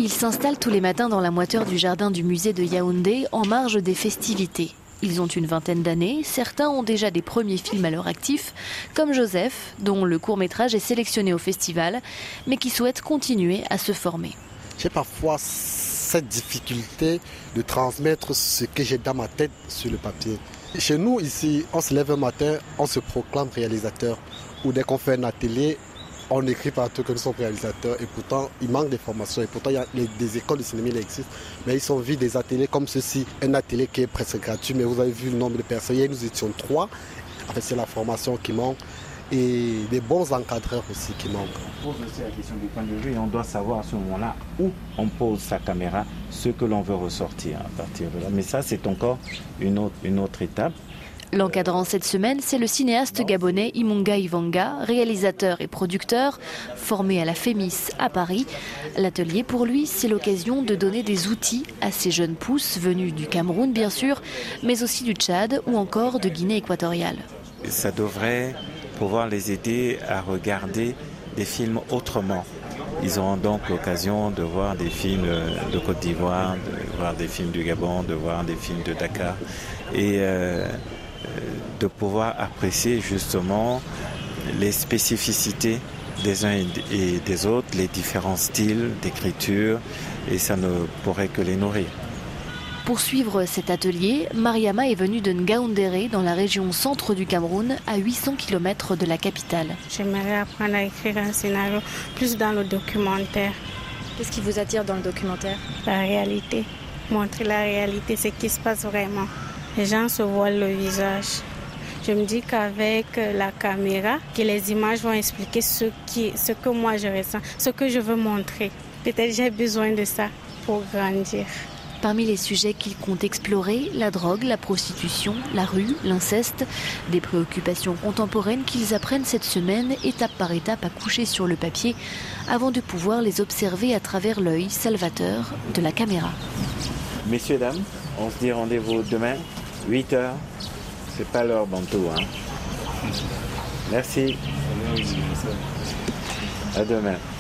Ils s'installent tous les matins dans la moiteur du jardin du musée de Yaoundé en marge des festivités. Ils ont une vingtaine d'années, certains ont déjà des premiers films à leur actif, comme Joseph, dont le court-métrage est sélectionné au festival, mais qui souhaite continuer à se former. J'ai parfois cette difficulté de transmettre ce que j'ai dans ma tête sur le papier. Chez nous, ici, on se lève un matin, on se proclame réalisateur, ou dès qu'on fait un atelier, on écrit partout que nous sommes réalisateurs et pourtant il manque des formations et pourtant il y a des écoles de cinéma qui existent mais ils sont vides des ateliers comme ceci, un atelier qui est presque gratuit mais vous avez vu le nombre de personnes, hier nous étions 3, en fait c'est la formation qui manque et des bons encadreurs aussi qui manquent. On pose aussi la question du point de vue et on doit savoir à ce moment-là où on pose sa caméra, ce que l'on veut ressortir à partir de là, mais ça c'est encore une autre étape. L'encadrant cette semaine, c'est le cinéaste gabonais Imunga Ivanga, réalisateur et producteur, formé à la FEMIS à Paris. L'atelier, pour lui, c'est l'occasion de donner des outils à ces jeunes pousses venus du Cameroun, bien sûr, mais aussi du Tchad ou encore de Guinée équatoriale. Ça devrait pouvoir les aider à regarder des films autrement. Ils auront donc l'occasion de voir des films de Côte d'Ivoire, de voir des films du Gabon, de voir des films de Dakar et de pouvoir apprécier justement les spécificités des uns et des autres, les différents styles d'écriture, et ça ne pourrait que les nourrir. Pour suivre cet atelier, Mariama est venue de Ngaoundéré, dans la région centre du Cameroun, à 800 km de la capitale. J'aimerais apprendre à écrire un scénario plus dans le documentaire. Qu'est-ce qui vous attire dans le documentaire ? La réalité. Montrer la réalité, ce qui se passe vraiment. Les gens se voilent le visage. Je me dis qu'avec la caméra, que les images vont expliquer ce que moi je ressens, ce que je veux montrer. Peut-être j'ai besoin de ça pour grandir. Parmi les sujets qu'il compte explorer, la drogue, la prostitution, la rue, l'inceste, des préoccupations contemporaines qu'ils apprennent cette semaine, étape par étape, à coucher sur le papier, avant de pouvoir les observer à travers l'œil salvateur de la caméra. Messieurs, dames, on se dit rendez-vous demain, 8h. C'est pas l'heure bantou, hein. Merci. À demain.